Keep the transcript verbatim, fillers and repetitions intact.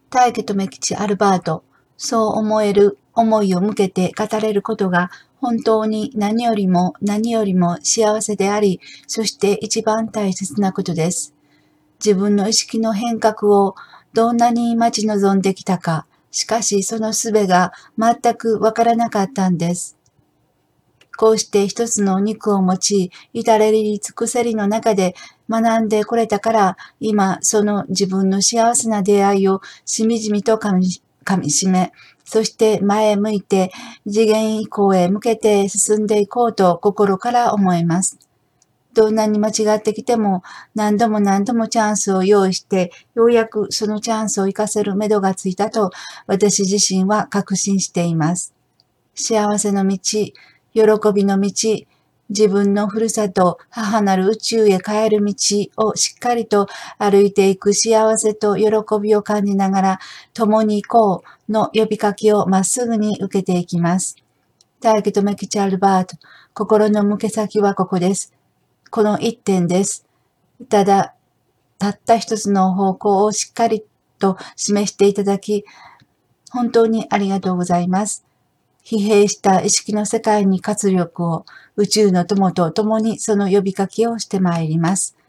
大家留吉アルバート、そう思える思いを向けて語れることが本当に何よりも何よりも幸せであり、そして一番大切なことです。自分の意識の変革をどんなに待ち望んできたか、しかしその術が全くわからなかったんです。こうして一つの肉を持ち、至れり尽くせりの中で学んでこれたから、今その自分の幸せな出会いをしみじみとかみかみしめ、そして前へ向いて次元以降へ向けて進んでいこうと心から思います。どんなに間違ってきても何度も何度もチャンスを用意して、ようやくそのチャンスを活かせる目処がついたと私自身は確信しています。幸せの道、喜びの道、自分のふるさと、母なる宇宙へ帰る道をしっかりと歩いていく幸せと喜びを感じながら、共に行こうの呼びかけをまっすぐに受けていきます。大家留吉アルバート、心の向け先はここです。この一点です。ただ、たった一つの方向をしっかりと示していただき、本当にありがとうございます。疲弊した意識の世界に活力を、宇宙の友と共にその呼びかけをしてまいります。